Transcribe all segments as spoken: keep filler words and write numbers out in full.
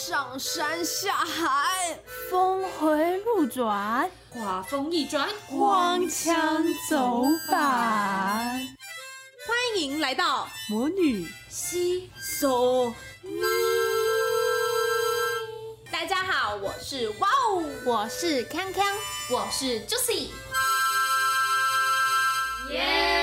上山下海， 峰回路转， 画风一转， 荒腔走板。 欢迎来到魔女西索尼。 大家好，我是哇哦， 我是康康， 我是 Juicy。耶、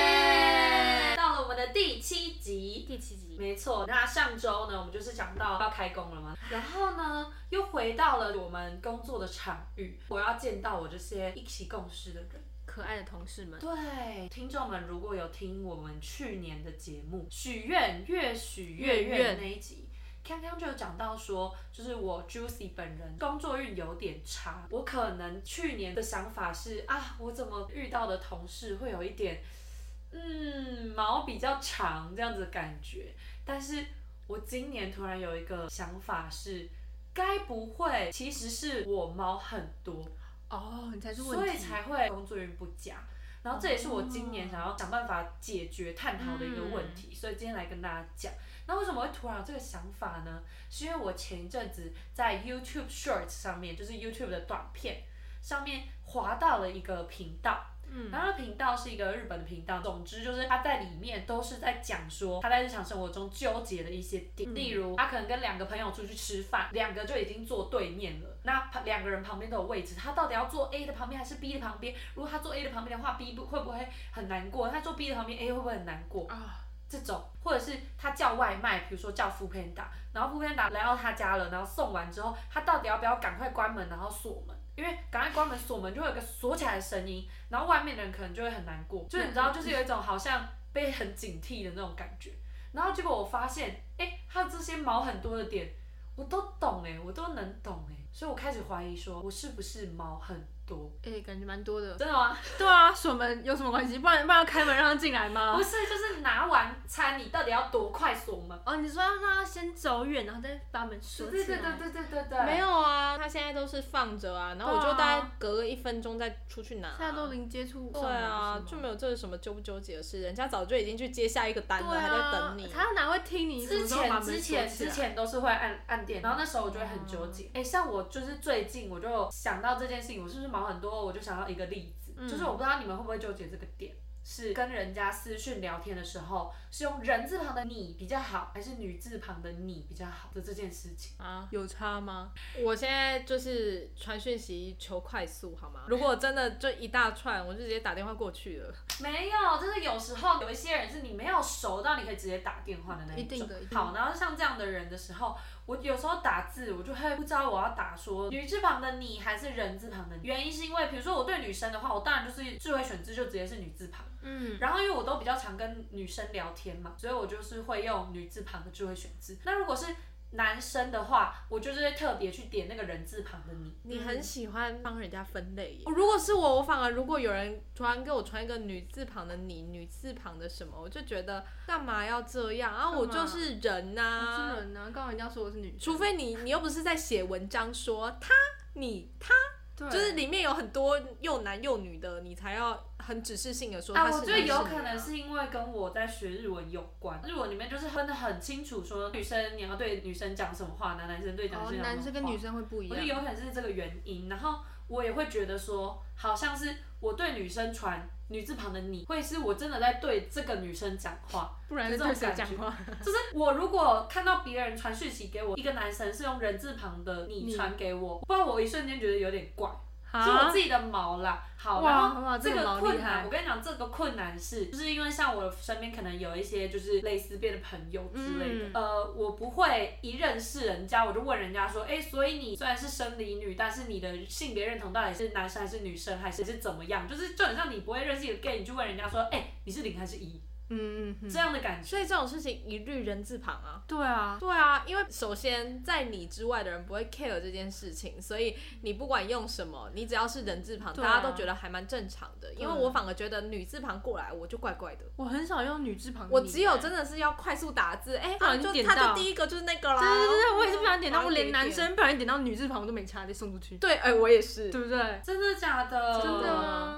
yeah! 到了我们的第七集， 第七集， 没错。那上周呢，我们就是讲到要开工了嘛，然后呢，又回到了我们工作的场域，我要见到我这些一起共事的人。 可爱的同事们， 对，听众们如果有听我们去年的节目许愿越许越越愿那一集，刚刚就有讲到说，就是我 Juicy 本人工作运有点差，我可能去年的想法是啊，我怎么遇到的同事会有一点，嗯，毛比较长这样子的感觉，但是我今年突然有一个想法是，该不会其实是我毛很多。 哦，你才是问题， 所以才会工作运不佳。然后这也是我今年想要想办法解决、探讨的一个问题，嗯、所以今天来跟大家讲。那为什么会突然有这个想法呢？是因为我前一阵子在 YouTube Shorts 上面，就是 YouTube 的短片上面滑到了一个频道。嗯，然后那频道是一个日本的频道，总之就是他在里面都是在讲说他在日常生活中纠结的一些点，嗯、例如他可能跟两个朋友出去吃饭，两个就已经坐对面了，那两个人旁边都有位置，他到底要坐 A 的旁边还是 B 的旁边？如果他坐 A 的旁边的话 ，B 会不会很难过？他坐 B 的旁边 ，A 会不会很难过？啊，这种，或者是他叫外卖，比如说叫 Foodpanda， 然后 Foodpanda 来到他家了，然后送完之后，他到底要不要赶快关门，然后锁门？因为赶快关门锁门就会有一个锁起来的声音，然后外面的人可能就会很难过，就是你知道，就是有一种好像被很警惕的那种感觉。然后结果我发现，哎，他这些毛很多的点，我都懂哎，我都能懂哎，所以我开始怀疑说，我是不是毛很多？ 哎、欸，感觉蛮多的。 真的吗？ 对啊，锁门有什么关系？不然不然要开门让他进来吗？ 不是，就是拿完餐你到底要多快锁门？ 哦，你说要让他先走远，然后再把门锁起来。 对对对对对对对。 没有啊，他现在都是放着啊，然后我就大概隔个一分钟再出去拿、啊。 现在都零接触。 对啊，就没有这是什么纠不纠结的事，人家早就已经去接下一个单了， 啊、 还在等你。 他哪会听你？ 之前之前之前都是会按按电，然后那时候我就会很纠结。哎、嗯，像我就是最近我就想到这件事情，我是不是毛很多？我就想到一个例子，嗯、就是我不知道你们会不会纠结这个点，是跟人家私讯聊天的时候，是用人字旁的你比较好，还是女字旁的你比较好的这件事情啊？有差吗？我现在就是传讯息求快速，好吗？如果真的就一大串，我就直接打电话过去了。 没有，就是有时候有一些人是你没有熟到你可以直接打电话的那一种。 一定的。 好，然后像这样的人的时候，我有时候打字，我就会不知道我要打说女字旁的你还是人字旁的你。原因是因为，比如说我对女生的话，我当然就是智慧选字就直接是女字旁。嗯。然后因为我都比较常跟女生聊天嘛，所以我就是会用女字旁的智慧选字。那如果是男生的话，我就是会特别去点那个人字旁的你。 你很喜欢帮人家分类耶。如果是我，我反而如果有人突然给我传一个女字旁的你，女字旁的什么，我就觉得干嘛要这样啊？我就是人呐、啊， 我是人呐、啊，干嘛一定要说我是女生？ 除非你你又不是在写文章说他你他。就是里面有很多又男又女的，你才要很指示性的说他是男是女、啊。 啊，我觉得有可能是因为跟我在学日文有关。日文里面就是分得很清楚，说女生你要对女生讲什么话，男男生对男生讲什么话。哦， 男生跟女生会不一样。 我觉得有可能是这个原因，然后我也会觉得说，好像是我对女生传女字旁的你，会是我真的在对这个女生讲话， 不然是对谁讲话？ 就是我如果看到别人传讯息给我，一个男生是用人字旁的你传给我，不然我一瞬间觉得有点怪。是我自己的毛啦，好，然后这个困难，我跟你讲，这个困难是，就是因为像我身边可能有一些就是蕾丝边的朋友之类的，嗯、呃，我不会一认识人家我就问人家说，哎，所以你虽然是生理女，但是你的性别认同到底是男生还是女生，还是是怎么样？就是就很像你不会认识一个 gay， 你就问人家说，哎，你是零还是一？嗯嗯，这样的感觉， 所以这种事情一律人字旁啊。 对啊， 对啊，因为首先在你之外的人不会 care 这件事情，所以你不管用什么，你只要是人字旁，啊、大家都觉得还蛮正常的。因为我反而觉得女字旁过来我就怪怪的。 我很少用女字旁， 我只有真的是要快速打字，哎、欸， 不然就点到， 他就第一个就是那个啦。 对对对，我也是不想点到，我连男生不然点到女字旁我都没差，得送出去。 对，哎、欸，我也是， 对不对？ 真的假的？ 真的啊！ 哎、欸，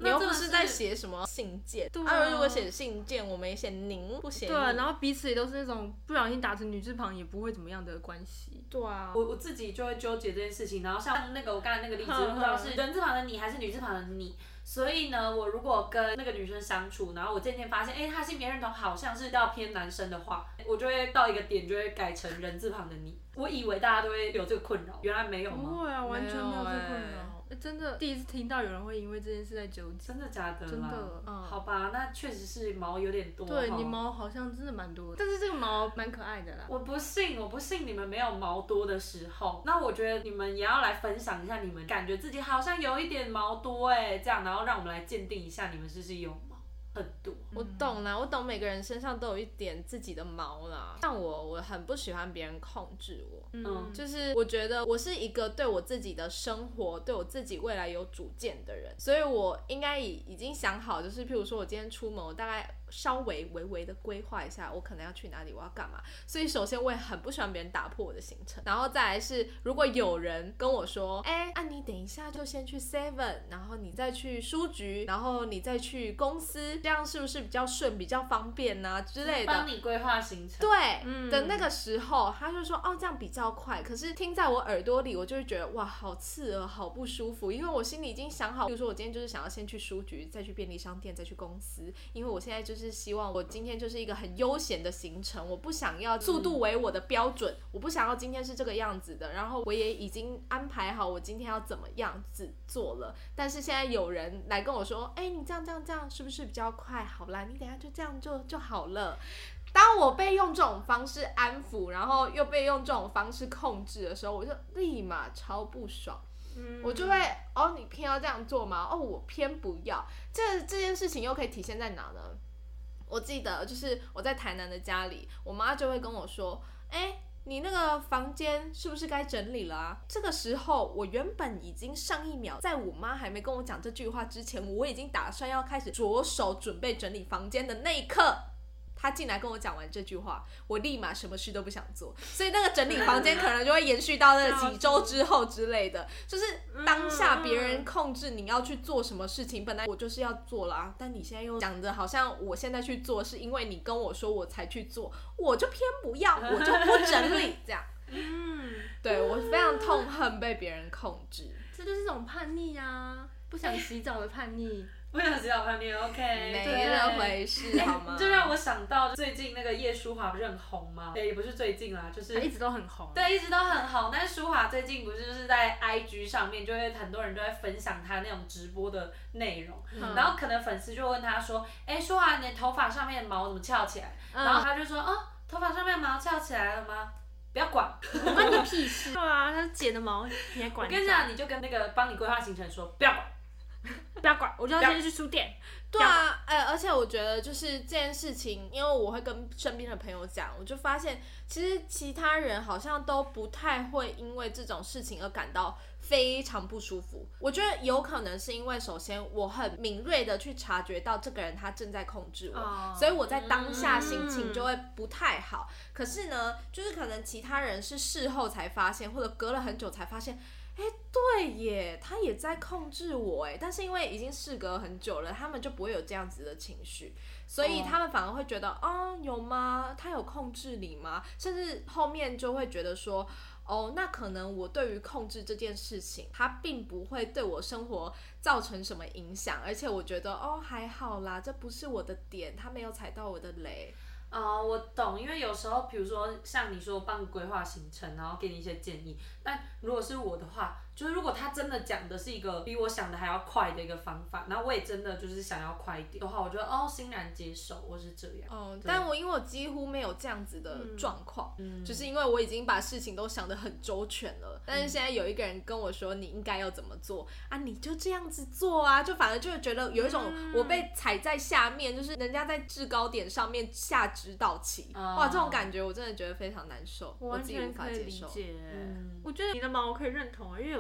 你又不是在写什么信件， 对啊， 如果写信件，我们也写您，不写你。 对，然后彼此也都是那种不小心打成女字旁也不会怎么样的关系。 对啊， 我我自己就会纠结这件事情，然后像那个我刚才那个例子，不知道是人字旁的你还是女字旁的你。所以呢，我如果跟那个女生相处，然后我渐渐发现，哎、欸，她性别认同好像是要偏男生的话，我就会到一个点就会改成人字旁的你。我以为大家都会有这个困扰，原来没有吗？ 不会啊，完全没有这个困扰。 欸、 真的第一次听到有人会因为这件事在纠结。 真的假的啦？ 真的， 嗯，好吧，那确实是毛有点多。 对，你毛好像真的蛮多的，但是这个毛蛮可爱的啦。 我不信，我不信你们没有毛多的时候。那我觉得你们也要来分享一下，你们感觉自己好像有一点毛多哎、欸，这样，然后让我们来鉴定一下你们是不是有毛。很多， 我懂啦，我懂每个人身上都有一点自己的毛啦。像我，我很不喜欢别人控制我，嗯，就是我觉得我是一个对我自己的生活、对我自己未来有主见的人，所以我应该已已经想好，就是譬如说我今天出门，我大概稍微微微的规划一下，我可能要去哪里，我要干嘛。所以首先我也很不喜欢别人打破我的行程，然后再来是，如果有人跟我说，哎、欸，啊你等一下就先去 seven， 然后你再去书局，然后你再去公司。这样是不是比较顺、比较方便啊之类的？ 帮你规划行程。 对、嗯、的那个时候，他就说哦这样比较快。可是听在我耳朵里，我就会觉得哇好刺耳、好不舒服，因为我心里已经想好，比如说我今天就是想要先去书局，再去便利商店，再去公司，因为我现在就是希望我今天就是一个很悠闲的行程，我不想要速度为我的标准，嗯、我不想要今天是这个样子的。然后我也已经安排好我今天要怎么样子做了，但是现在有人来跟我说，哎、欸，你这样这样这样是不是比较快？好啦，你等一下就这样就就好了。当我被用这种方式安抚，然后又被用这种方式控制的时候，我就立马超不爽。嗯、我就会哦，你偏要这样做吗？哦，我偏不要。这这件事情又可以体现在哪呢？我记得就是我在台南的家里，我妈就会跟我说，哎、欸。你那个房间是不是该整理了啊？这个时候，我原本已经上一秒，在我妈还没跟我讲这句话之前，我已经打算要开始着手准备整理房间的那一刻，她进来跟我讲完这句话，我立马什么事都不想做。所以那个整理房间可能就会延续到那几周之后之类的，就是当下别人控制你要去做什么事情，本来我就是要做啦，但你现在又讲的好像我现在去做是因为你跟我说我才去做，我就偏不要，我就不整理这样。嗯，对，我非常痛恨被别人控制， 这就是一种叛逆啊，不想洗澡的叛逆。 不想洗澡叛逆 ，OK， 没那回事好吗？ 就让我想到最近那个叶舒华不是很红吗？对，也不是最近啦，就是一直都很红。 对，一直都很红。但是舒华最近不是就是在 I G 上面，就会很多人都在分享他那种直播的内容，嗯、然后可能粉丝就问他说：“哎、欸，舒华，你的头发上面的毛怎么翘起来？”嗯、然后他就说：“哦，头发上面的毛翘起来了吗？”不要管， 关你屁事。对啊，他剪的毛你还管？ 我跟你讲，你就跟那个帮你规划行程说，不要管。 不要管，我就要先去书店。 对啊，呃，而且我觉得就是这件事情，因为我会跟身边的朋友讲，我就发现其实其他人好像都不太会因为这种事情而感到非常不舒服。我觉得有可能是因为首先我很敏锐的去察觉到这个人他正在控制我，哦、所以我在当下心情就会不太好。嗯、可是呢，就是可能其他人是事后才发现，或者隔了很久才发现。哎，对耶，他也在控制我哎，但是因为已经事隔很久了，他们就不会有这样子的情绪，所以他们反而会觉得，哦，有吗？他有控制你吗？甚至后面就会觉得说，哦，那可能我对于控制这件事情，它并不会对我生活造成什么影响，而且我觉得，哦，还好啦，这不是我的点，他没有踩到我的雷。 哦、uh, 我懂，因为有时候，比如说像你说帮你规划行程，然后给你一些建议。但如果是我的话，就是如果他真的讲的是一个比我想的还要快的一个方法，然后我也真的就是想要快一点的话，我觉得哦欣然接受，我是这样。 哦，但我因为我几乎没有这样子的状况，嗯、就是因为我已经把事情都想得很周全了。但是现在有一个人跟我说你应该要怎么做啊，你就这样子做啊，就反而就会觉得有一种我被踩在下面，就是人家在制高点上面下指导棋，嗯、哇，这种感觉我真的觉得非常难受， 我完全可以理解。嗯、我觉得你的毛我可以认同啊，因为有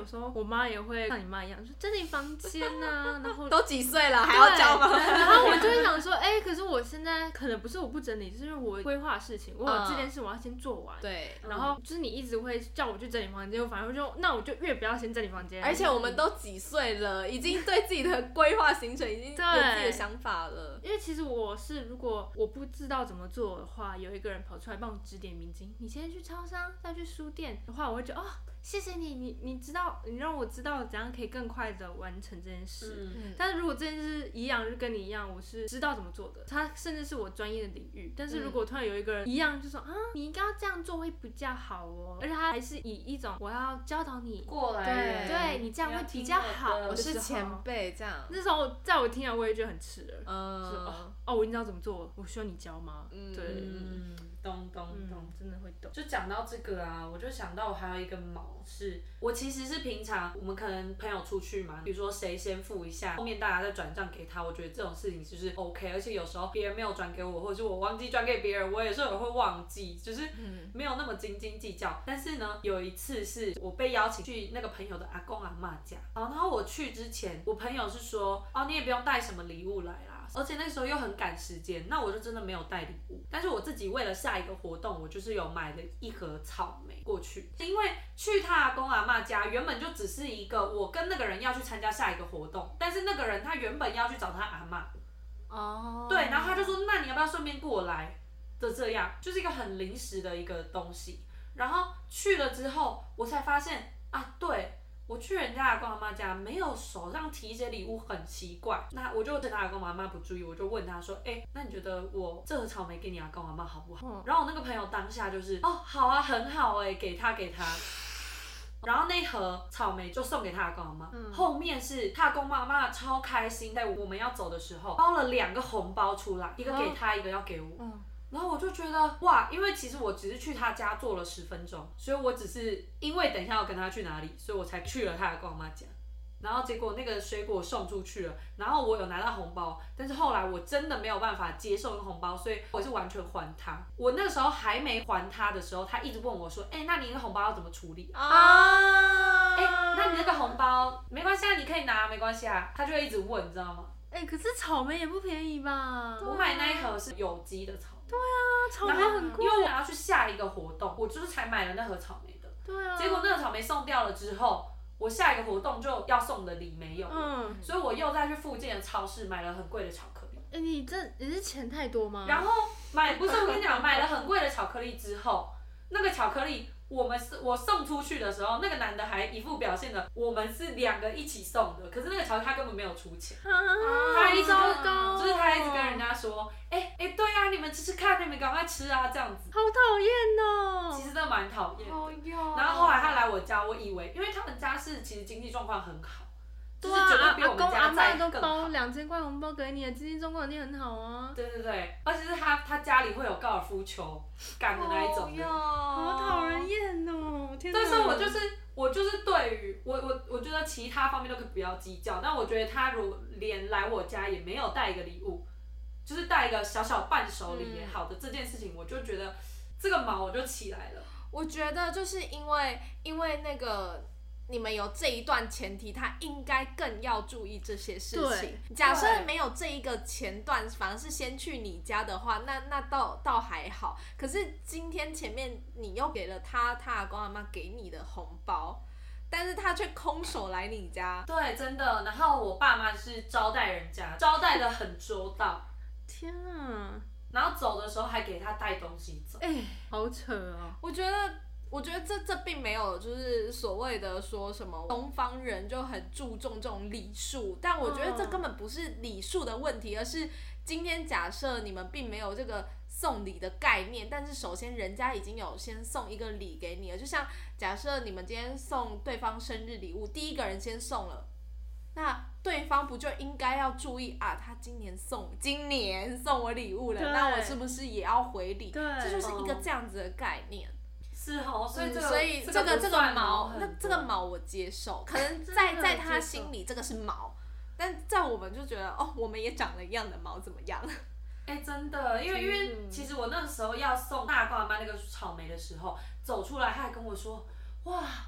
有时候我妈也会像你妈一样，说整理房间呐，然后都几岁了还要教吗？ 然后我就会想说，哎、欸，可是我现在可能不是我不整理，就是因为我规划事情，我有这件事我要先做完。 对、 嗯。然后就是你一直会叫我去整理房间，我反而就那我就越不要先整理房间。 而且我们都几岁了，已经对自己的规划行程已经有自己的想法了。 因为其实我是如果我不知道怎么做的话，有一个人跑出来帮我指点迷津，你先去超商，再去书店的话，我会觉得哦。谢谢你，你你知道，你让我知道怎样可以更快的完成这件事。嗯、但是如果这件事一样，就跟你一样，我是知道怎么做的，它甚至是我专业的领域。但是如果突然有一个人一样，就说啊，你应该要这样做会比较好哦，而且他还是以一种我要教导你过来， 对，对你这样会比较好。 我是前辈，这样。 那时候在我听来，我也觉得很耻了。 嗯， 哦，哦，我已经知道怎么做，我需要你教吗？ 嗯、 对。 嗯懂懂懂、 嗯，真的会懂。 就讲到这个啊，我就想到我还有一个毛是，我其实是平常我们可能朋友出去嘛，比如说谁先付一下，后面大家再转账给他，我觉得这种事情就是 OK， 而且有时候别人没有转给我，或者是我忘记转给别人，我有时候也会忘记，就是没有那么斤斤计较。但是呢，有一次是我被邀请去那个朋友的阿公阿嬷家，然后我去之前，我朋友是说，哦，你也不用带什么礼物来啦。而且那时候又很赶时间，那我就真的没有带礼物。但是我自己为了下一个活动，我就是有买了一盒草莓过去。因为去他阿公阿嬷家，原本就只是一个我跟那个人要去参加下一个活动，但是那个人他原本要去找他阿嬷。 哦。 对，然后他就说，那你要不要顺便过来？的这样，就是一个很临时的一个东西。然后去了之后，我才发现啊，对。我去人家阿公阿嬷家，没有手上提一些礼物，很奇怪。那我就趁他阿公阿嬷不注意，我就问他说：“哎、欸，那你觉得我这盒草莓给你阿公阿嬷好不好？”嗯、然后我那个朋友当下就是哦，好啊，很好哎、欸，给他给他。然后那盒草莓就送给他阿公阿嬷。嗯、后面是他阿公阿嬷超开心，在我们要走的时候包了两个红包出来，一个给他，嗯、一个要给我。嗯然后我就觉得哇，因为其实我只是去他家坐了十分钟，所以我只是因为等一下要跟他去哪里，所以我才去了他的逛妈家。然后结果那个水果送出去了，然后我有拿到红包，但是后来我真的没有办法接受那个红包，所以我是完全还他。我那个时候还没还他的时候，他一直问我说：“哎、欸，那你那个红包要怎么处理啊？”哎、欸，那你那个红包没关系啊，你可以拿，没关系啊。他就会一直问，你知道吗？ 哎、欸，可是草莓也不便宜吧？ 我买那一盒是有机的草莓。 对啊，草莓很贵。 因为我要去下一个活动，我就是才买了那盒草莓的。 对啊。 结果那个草莓送掉了之后，我下一个活动就要送的礼没有了。嗯。所以我又再去附近的超市买了很贵的巧克力。 哎、欸，你这你是钱太多吗？ 然后买不是我跟你讲，买了很贵的巧克力之后，那个巧克力。我们是我送出去的时候，那个男的还一副表现的，我们是两个一起送的，可是那个巧克力他根本没有出钱，啊、他一直跟就是他一直跟人家说，哎、欸、哎、欸、对啊，你们吃吃看，你们赶快吃啊，这样子。 好讨厌哦。 其实真的蛮讨厌的。 好哟。 然后后来他来我家，我以为因为他们家是其实经济状况很好。 对啊，阿公阿嬷都包两千块红包给你，经济状况一定很好啊。 对对对，而且是他他家里会有高尔夫球杆的那一种的， 好讨人厌哦！天哪！ 但是我就是我就是对于我我我觉得其他方面都可以不要计较，但我觉得他如连来我家也没有带一个礼物，就是带一个小小伴手礼也好的、嗯、这件事情，我就觉得这个毛我就起来了。 我觉得就是因为因为那个。你们有这一段前提，他应该更要注意这些事情。假设没有这一个前段，反而是先去你家的话，那那倒倒还好。可是今天前面你又给了他他阿公阿嬷给你的红包，但是他却空手来你家。 对，真的。然后我爸妈是招待人家，招待的很周到。 天啊！ 然后走的时候还给他带东西走。 哎、欸，好扯哦。 我觉得。我觉得这这并没有就是所谓的说什么东方人就很注重这种礼数，但我觉得这根本不是礼数的问题，而是今天假设你们并没有这个送礼的概念，但是首先人家已经有先送一个礼给你了，就像假设你们今天送对方生日礼物，第一个人先送了，那对方不就应该要注意啊？他今年送今年送我礼物了，那我是不是也要回礼？这就是一个这样子的概念。 是哦，所以这个、 嗯、所以这个这个毛，那这个毛我接受，可能在在他心里这个是毛，但在我们就觉得哦，我们也长了一样的毛，怎么样？ 哎、欸，真的，因为因为其实我那个时候要送大瓜妈那个草莓的时候，走出来他还跟我说，哇，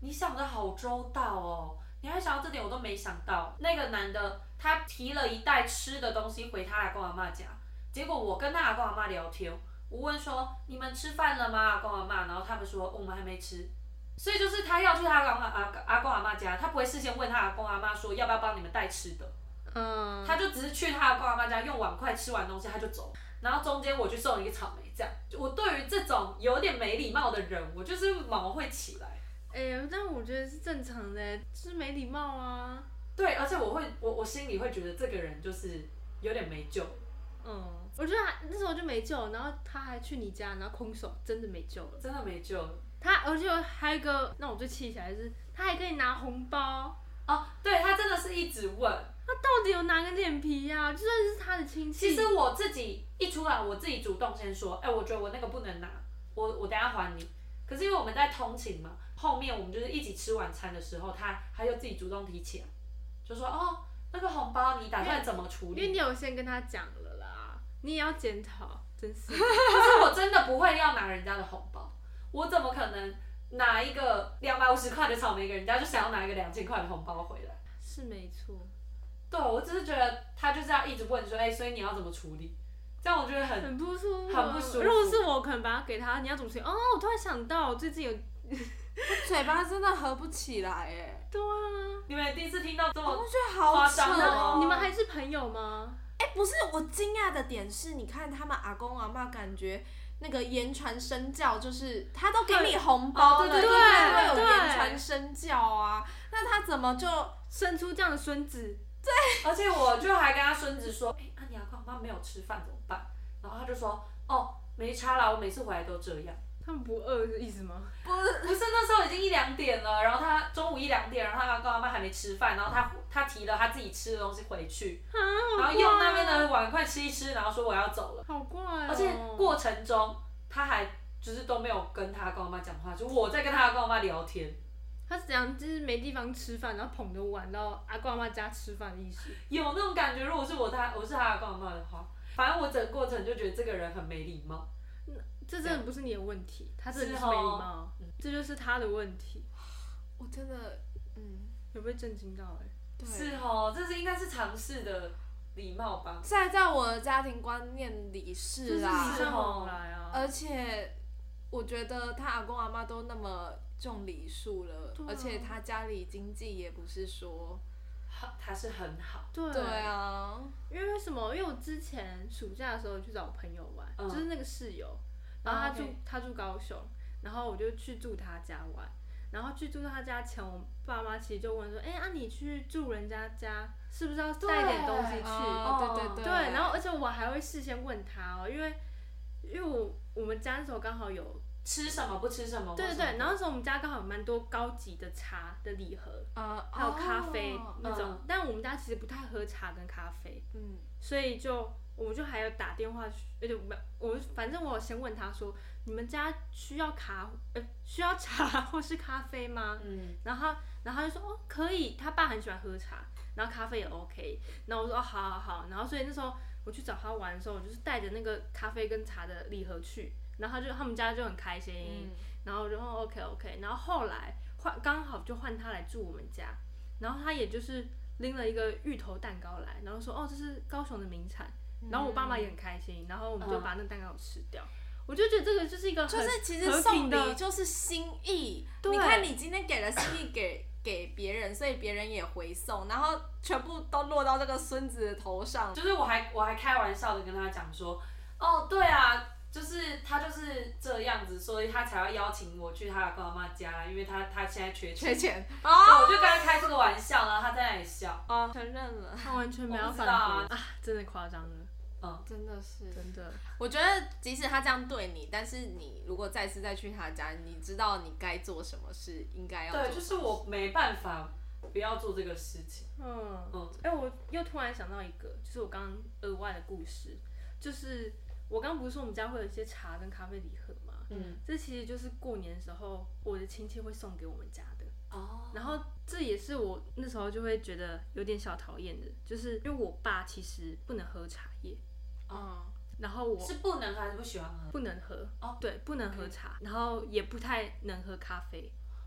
你想的好周到哦，你还想到这点我都没想到。那个男的他提了一袋吃的东西回他阿公阿嬷家，结果我跟他阿公阿嬷聊天，我问说你们吃饭了吗？阿公阿嬷，然后他们说、哦、我们还没吃。所以就是他要去他阿公阿阿公阿嬷家，他不会事先问他阿公阿嬷说要不要帮你们带吃的， 嗯， 他就只是去他阿公阿嬷家用碗筷吃完东西他就走，然后中间我去送一个草莓这样。我对于这种有点没礼貌的人，我就是毛会起来。 哎、欸，但我觉得是正常的，就是没礼貌啊。 对，而且我会我我心里会觉得这个人就是有点没救。 嗯，我觉得他那时候就没救，然后他还去你家，然后空手，真的没救了， 真的没救了。 他而且还有一个让我最气起来的是，他还可以拿红包。 哦，对他真的是一直问， 他到底有哪个脸皮呀、啊？就算是他的亲戚。 其实我自己一出来，我自己主动先说，哎、欸，我觉得我那个不能拿，我我等一下还你。可是因为我们在通勤嘛，后面我们就是一起吃晚餐的时候，他他又自己主动提起来，就说哦，那个红包你打算怎么处理？ 因为你有先跟他讲了啦，你也要检讨，真是。 可是我真的不会要拿人家的红包，我怎么可能拿一个两百五十块的草莓给人家，就想要拿一个两千块的红包回来？ 是没错。 对，我只是觉得他就是要一直问说，哎、欸，所以你要怎么处理？这样我觉得很很不舒服， 很不舒服。 如果是我，可能把它给他，你要怎么处理？哦，我突然想到，我最近有， 他嘴巴真的合不起来哎。 对啊。 你们第一次听到这么我觉得好扯哦。 你们还是朋友吗？ 哎、欸，不是，我惊讶的点是，你看他们阿公阿嬷，感觉那个言传身教，就是他都给你红包了， 对对对， 应该会有言传身教啊。那他怎么就生出这样的孙子？ 对。 而且我就还跟他孙子说，哎、欸，啊你阿公阿嬷没有吃饭怎么办？然后他就说，哦，没差啦，我每次回来都这样。 他们不饿的意思吗？ 不是，不是，那时候已经一两点了，然后他中午一两点，然后他阿公阿嬷还没吃饭，然后他他提了他自己吃的东西回去， 啊、 然后用那边的碗筷吃一吃，然后说我要走了。 好怪哦。 而且过程中他还就是都没有跟他阿公阿嬷讲话，就我在跟他阿公阿嬷聊天。 他是怎样？就是没地方吃饭，然后捧着碗到阿公阿嬷家吃饭的意思。 有那种感觉，如果是我他我是他阿公阿嬷的话，反正我整个过程就觉得这个人很没礼貌。 这真的不是你的问题，他真的就是没礼貌，这就是他的问题。 我真的，嗯， 有被震惊到哎、 欸。 是哦，这是应该是常识的礼貌吧。 在在我的家庭观念里是啦， 是礼尚往来啊。 而且我觉得他阿公阿嬷都那么重礼数了，啊、而且他家里经济也不是说。 他是很好， 对对啊， 因为为什么？因为我之前暑假的时候去找我朋友玩，嗯、就是那个室友，然后他住、啊 okay. 他住高雄，然后我就去住他家玩，然后去住他家前，我爸妈其实就问说，哎、欸，啊你去住人家家，是不是要带点东西去？ 哦，对对对。 对，然后而且我还会事先问他哦，因为因为我我们家那时候刚好有。 吃什么不吃什么？ 对对对，然后那时候我们家刚好有蛮多高级的茶的礼盒，呃，还有咖啡、哦、那种、嗯，但我们家其实不太喝茶跟咖啡，嗯，所以就我就还有打电话去，而且我反正我有先问他说，你们家需要咖呃需要茶或是咖啡吗？嗯，然后他然后他就说哦可以，他爸很喜欢喝茶，然后咖啡也 OK， 然后我说哦好好好，然后所以那时候我去找他玩的时候，我就是带着那个咖啡跟茶的礼盒去。然后他就他们家就很开心，嗯、然后就哦 OK OK， 然后后来换刚好就换他来住我们家，然后他也就是拎了一个芋头蛋糕来，然后说哦这是高雄的名产，然后我爸妈也很开心，然后我们就把那个蛋糕吃掉。嗯、我就觉得这个就是一个很就是其实送礼就是心意，你看你今天给了心意给给别人，所以别人也回送，然后全部都落到这个孙子的头上。 就是我还我还开玩笑的跟他讲说，哦对啊。就是他就是这样子，所以他才要邀请我去他阿公阿嬷家，因为他他现在缺钱。 缺钱。 哦。我就跟他开这个玩笑，然后他在那里笑。 哦，承认了。 他完全没有反驳啊，真的夸张了。 嗯，真的是。 真的。 我觉得即使他这样对你，但是你如果再次再去他家，你知道你该做什么事，应该要做什么事。 对，就是我没办法不要做这个事情。 嗯嗯。哎、欸，我又突然想到一个，就是我刚刚额外的故事，就是。我刚不是说我们家会有一些茶跟咖啡礼盒吗？嗯，这其实就是过年的时候我的亲戚会送给我们家的。哦。然后这也是我那时候就会觉得有点小讨厌的，就是因为我爸其实不能喝茶叶。哦。然后我是不能喝还是不喜欢喝？ 不能喝。哦。对，不能喝茶， okay. 然后也不太能喝咖啡。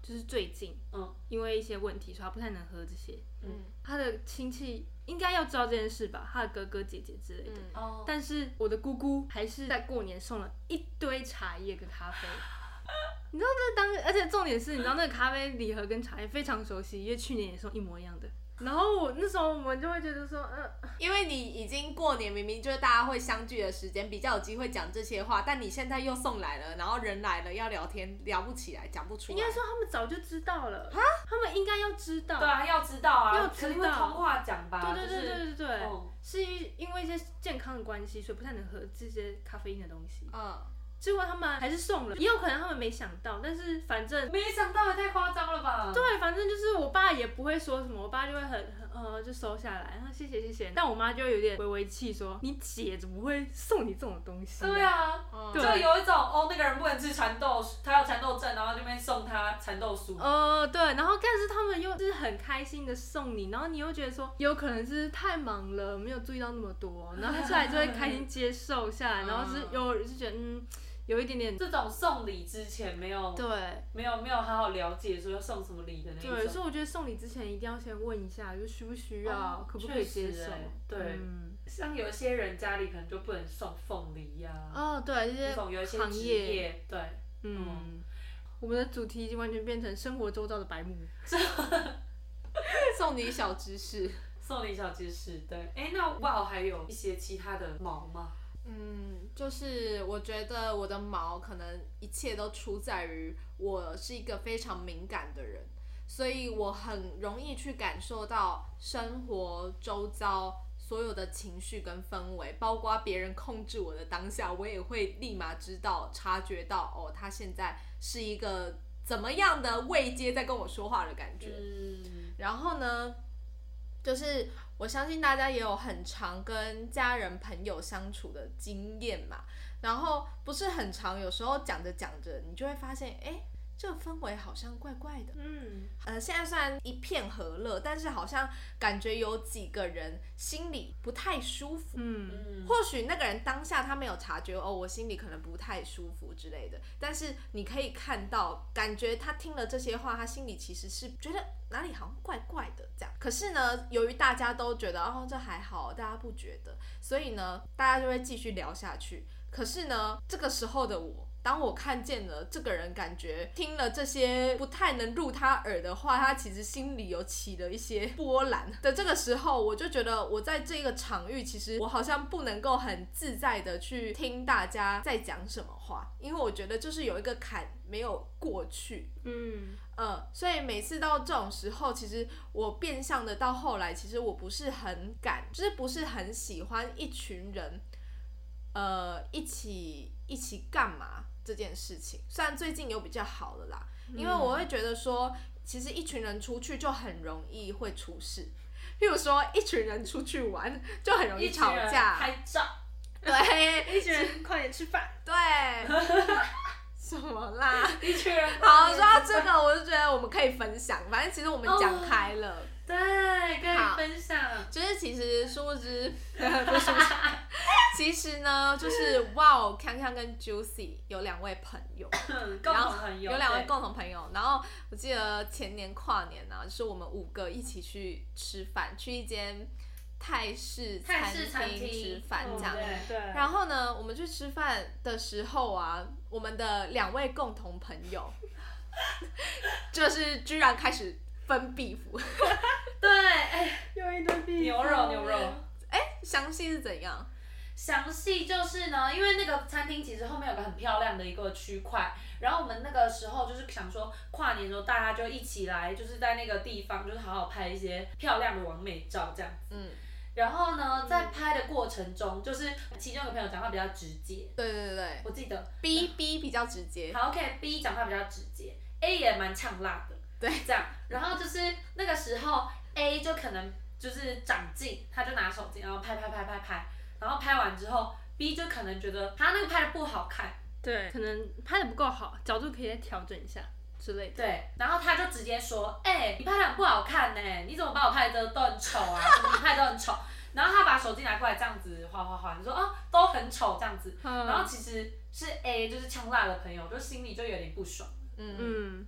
就是最近， 嗯， 因为一些问题，所以他不太能喝这些。 嗯， 他的亲戚应该要知道这件事吧，他的哥哥姐姐之类的。 嗯哦， 但是我的姑姑还是在过年送了一堆茶叶跟咖啡。你知道那当，而且重点是，你知道那个咖啡礼盒跟茶叶非常熟悉，因为去年也送一模一样的。然后我那时候我们就会觉得说，嗯、呃， 因为你已经过年，明明就是大家会相聚的时间，比较有机会讲这些话，但你现在又送来了，然后人来了要聊天，聊不起来，讲不出来。 应该说他们早就知道了，他们应该要知道。 对啊，要知道啊， 要知道肯定会通话讲吧？ 对对对对对对， 就是嗯、 是因为一些健康的关系，所以不太能喝这些咖啡因的东西。 嗯。 结果他们还是送了，也有可能他们没想到，但是反正没想到也太夸张了吧？ 对，反正就是我爸也不会说什么，我爸就会很很呃就收下来，然后谢谢谢谢。但我妈就会有点微微气说，你姐怎么会送你这种东西、啊？ 对啊， 嗯、 就有一种哦，那个人不能吃蚕豆，他有蚕豆症，然后那边送他蚕豆酥。 呃，对，然后但是他们又是很开心的送你，然后你又觉得说有可能是太忙了，没有注意到那么多，然后他下来就会开心接受下来，然后是有是觉得嗯。有一点点这种送礼之前没有对， 没有没有好好了解说要送什么礼的那一种。 对，所以我觉得送礼之前一定要先问一下，就需不需要，哦、可不可以接受？ 欸、对、 嗯， 像有些人家里可能就不能送凤梨呀、啊。 哦，对，这些种有一些行业， 对， 嗯，嗯我们的主题已经完全变成生活周遭的白目。 送你小知识， 送你小知识，对，哎、欸，那哇，还有一些其他的毛吗？ 嗯，就是我觉得我的毛可能一切都出在于我是一个非常敏感的人，所以我很容易去感受到生活周遭所有的情绪跟氛围，包括别人控制我的当下，我也会立马知道、察觉到，哦，他现在是一个怎么样的位阶在跟我说话的感觉。 嗯， 然后呢，就是我相信大家也有很常跟家人朋友相处的经验嘛，然后不是很常，有时候讲着讲着，你就会发现，哎，这个氛围好像怪怪的。 嗯， 呃，现在虽然一片和乐，但是好像感觉有几个人心里不太舒服。 嗯， 或许那个人当下他没有察觉，哦，我心里可能不太舒服之类的，但是你可以看到，感觉他听了这些话，他心里其实是觉得哪里好像怪怪的这样。可是呢，由于大家都觉得哦这还好，大家不觉得，所以呢，大家就会继续聊下去。可是呢，这个时候的我，当我看见了这个人，感觉听了这些不太能入他耳的话，他其实心里有起了一些波澜的这个时候，我就觉得我在这个场域，其实我好像不能够很自在的去听大家在讲什么话，因为我觉得就是有一个坎没有过去。 嗯， 呃，所以每次到这种时候，其实我变相的到后来，其实我不是很敢，就是不是很喜欢一群人，呃，一起一起干嘛这件事情。虽然最近有比较好了啦，因为我会觉得说，其实一群人出去就很容易会出事。譬如说，一群人出去玩就很容易吵架， 拍照， 对， 一群人快点吃饭， 对。什么啦？ 一群人。 好，说到这个，我就觉得我们可以分享。反正其实我们讲开了，哦、 对，可以分享。 就是其实殊不知，不是殊不知，其实呢，就是哇，康康跟 Juicy 有两位朋友， 共同朋友， 有两位共同朋友。然后我记得前年跨年呢、啊，就是我们五个一起去吃饭，去一间泰式餐厅吃饭这样。 嗯、对。 然后呢，我们去吃饭的时候啊，我们的两位共同朋友，就是居然开始分 beef。 对，哎， 有一堆 beef。 牛肉，牛肉。 哎，详细是怎样？ 详细就是呢，因为那个餐厅其实后面有个很漂亮的一个区块，然后我们那个时候就是想说跨年的时候大家就一起来，就是在那个地方就是好好拍一些漂亮的完美照这样子。嗯。然后呢，在拍的过程中，就是其中有个朋友讲话比较直接。 对对对。 我记得。 B B 比较直接。 好 ，OK，B 讲话比较直接 ，A 也蛮呛辣的。 对。 这样，然后就是那个时候 A 就可能就是长进，他就拿手机然后拍拍拍拍拍，然后拍完之后 B 就可能觉得他那个拍的不好看。 对。可能拍的不够好，角度可以再调整一下。之类的。 对，然后他就直接说，哎、欸，你拍的很不好看呢，你怎么把我拍的都很丑啊？怎么你拍的都很丑？然后他把手机拿过来这样子画画画，你说哦都很丑这样子，嗯、然后其实是 A 就是呛辣的朋友，就心里就有点不爽。 嗯嗯，对，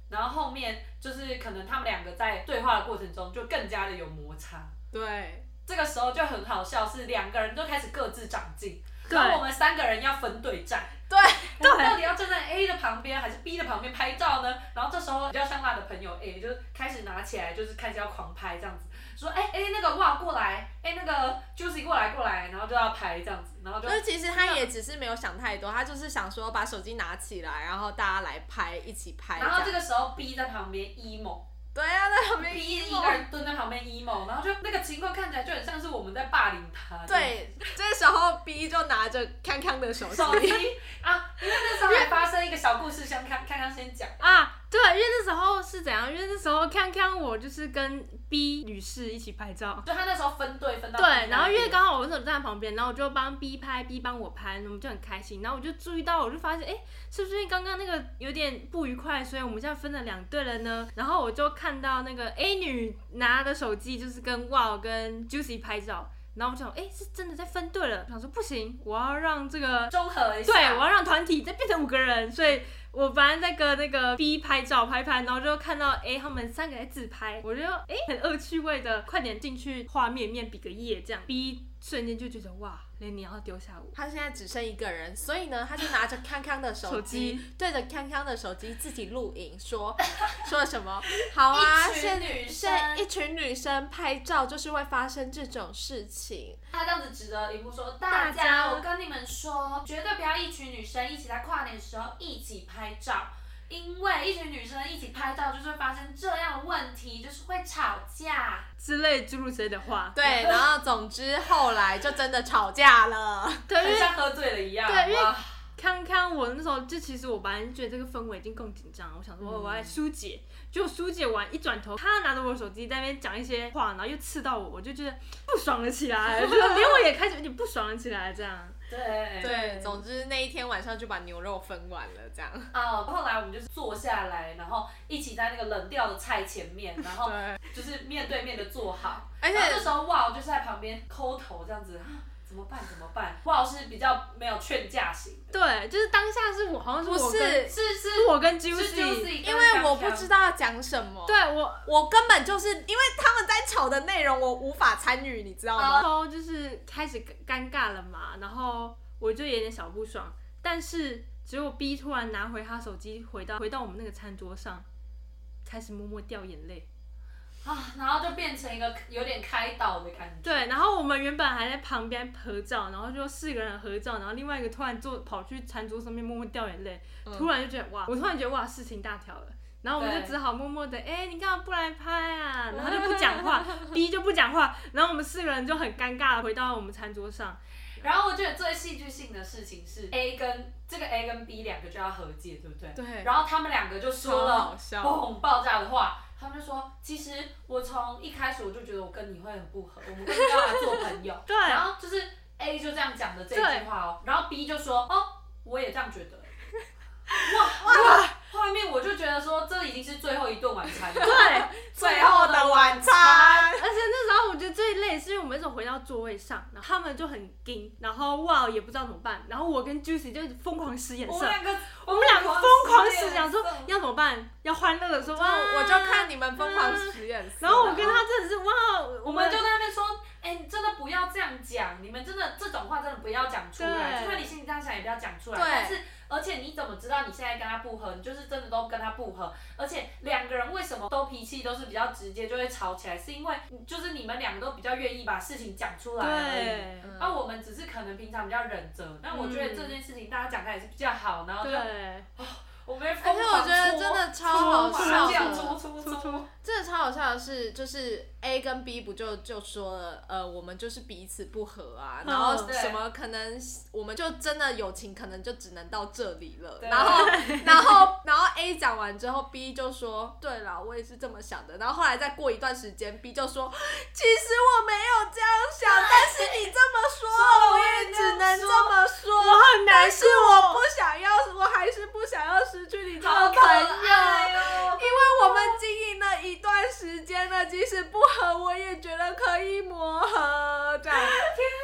然后后面就是可能他们两个在对话的过程中就更加的有摩擦。 对， 这个时候就很好笑，是两个人都开始各自长进， 对然后我们三个人要分对站。 对， 我们到底要站在 A 的旁边还是 B 的旁边拍照呢？然后这时候比较像他的朋友 A 就开始拿起来，就是开始要狂拍这样子，说哎哎、欸欸、那个哇过来，哎、欸、那个 Juicy 过来过来，然后就要拍这样子，然后就。 就是其实他也只是没有想太多，他就是想说把手机拿起来，然后大家来拍，一起拍。 然后这个时候 B 在旁边 emo。 对啊，在旁边 B 一个人蹲在旁边 emo， 然后就那个情况看起来就很像是我们在霸凌他。 对，这时候 B 就拿着康康的手机。 手机啊，因为那时候还发生一个小故事，想康康康先讲啊。对，因为那时候是怎样？因为那时候康康我就是跟 B 女士一起拍照， 就他那时候分队分到对，然后因为刚好我那时候站在旁边，然后我就帮 B 拍 ，B 帮我拍，我们就很开心。然后我就注意到，我就发现，哎，是不是因为刚刚那个有点不愉快，所以我们现在分了两队了呢？然后我就看到那个 A 女拿的手机就是跟 Wow 跟 Juicy 拍照。然后我想，哎，是真的在分队了。我想说不行，我要让这个综合一下， 对，我要让团体再变成五个人。所以我本来在跟那个 B 拍照拍拍，然后就看到哎他们三个在自拍，我就哎很恶趣味的，快点进去画面面比个耶这样。B 瞬间就觉得哇，连你要丢下我。 他现在只剩一个人，所以呢，他就拿着康康的手机，对着康康的手机自己录影，说说了什么？好啊， 一群女生， 一群女生拍照就是会发生这种事情。 他这样子指着荧幕说：“大家，我跟你们说，绝对不要一群女生一起在跨年的时候一起拍照。”因为一群女生一起拍照，就是会发生这样的问题，就是会吵架之类诸如此类的话。 对，然后总之后来就真的吵架了， 对， 很像喝醉了一样。 对，因为康康我那时候就其实我本来觉得这个氛围已经够紧张了，我想说我要来疏解，结果疏解完一转头，他拿着我的手机在那边讲一些话，然后又刺到我，我就觉得不爽了起来，就连我也开始有点不爽了起来，这样。 对对，总之那一天晚上就把牛肉分完了，这样。 哦，后来我们就是坐下来，然后一起在那个冷掉的菜前面，然后就是面对面的坐好。而且这时候哇，就是在旁边抠头这样子，怎么办？怎么办？哇，是比较没有劝架型的。 对，就是当下是我，好像是我跟是是是我跟 Juicy， 因为我不知道要讲什么。 对我， 我根本就是因为他们在吵的内容，我无法参与，你知道吗？ 然后就是开始尴尬了嘛，然后我就有点小不爽，但是结果 B 突然拿回他手机，回到回到我们那个餐桌上，开始默默掉眼泪。 啊，然后就变成一个有点开导的感觉。 对，然后我们原本还在旁边合照，然后就四个人合照，然后另外一个突然坐跑去餐桌上面默默掉眼泪，嗯、突然就觉得哇，我突然觉得哇，事情大条了。然后我们就只好默默的，哎、欸，你干嘛不来拍啊？然后就不讲话，B 就不讲话，然后我们四个人就很尴尬的回到我们餐桌上。 然后我觉得最戏剧性的事情是 A 跟这个 A 跟 B 两个就要和解，对不对？ 对。 然后他们两个就说了嘣爆炸的话。他们就说，其实我从一开始我就觉得我跟你会很不合，我们跟你要来做朋友。 对。 然后就是 A 就这样讲的这句话哦，然后 B 就说，哦，我也这样觉得。哇哇！画面我就觉得说，这已经是最后一顿晚餐了。 对， 最后的晚餐。 而且那时候我觉得最累，是因为我们那时候回到座位上，然后他们就很惊，然后哇也不知道怎么办，然后我跟 Juicy 就疯狂使眼色。 我们两个， 我们两个疯狂使，想说要怎么办，要欢乐的说哇， 我就看你们疯狂使眼色。 然后我跟他真的是哇， 我们就在那边说，哎、欸，你真的不要这样讲，你们真的这种话真的不要讲出来，就算你心里这样想也不要讲出来。但是，而且你怎么知道你现在跟他不合？你就是真的都跟他不合，而且两个人为什么都脾气都是比较直接，就会吵起来，是因为就是你们两个都比较愿意把事情讲出来而已。而、啊、我们只是可能平常比较忍着，但我觉得这件事情大家讲开也是比较好，然后就。哦我们疯狂而且我觉得真的超好笑的， 搓搓搓， 真的超好笑的是，就是 A 跟 B 不就就说了，呃，我们就是彼此不合啊，然后什么可能我们就真的友情可能就只能到这里了，然后然后然后 A 讲完之后 ，B 就说，对啦，我也是这么想的，然后后来再过一段时间 ，B 就说，其实我没有这样想，但是你这么说，我也只能这么说， 我很难受， 但是我不想要，我还是不想要失去你这个朋友， 哦、 因为我们经营了一段时间了，即使不合，我也觉得可以磨合。这样， 天啊！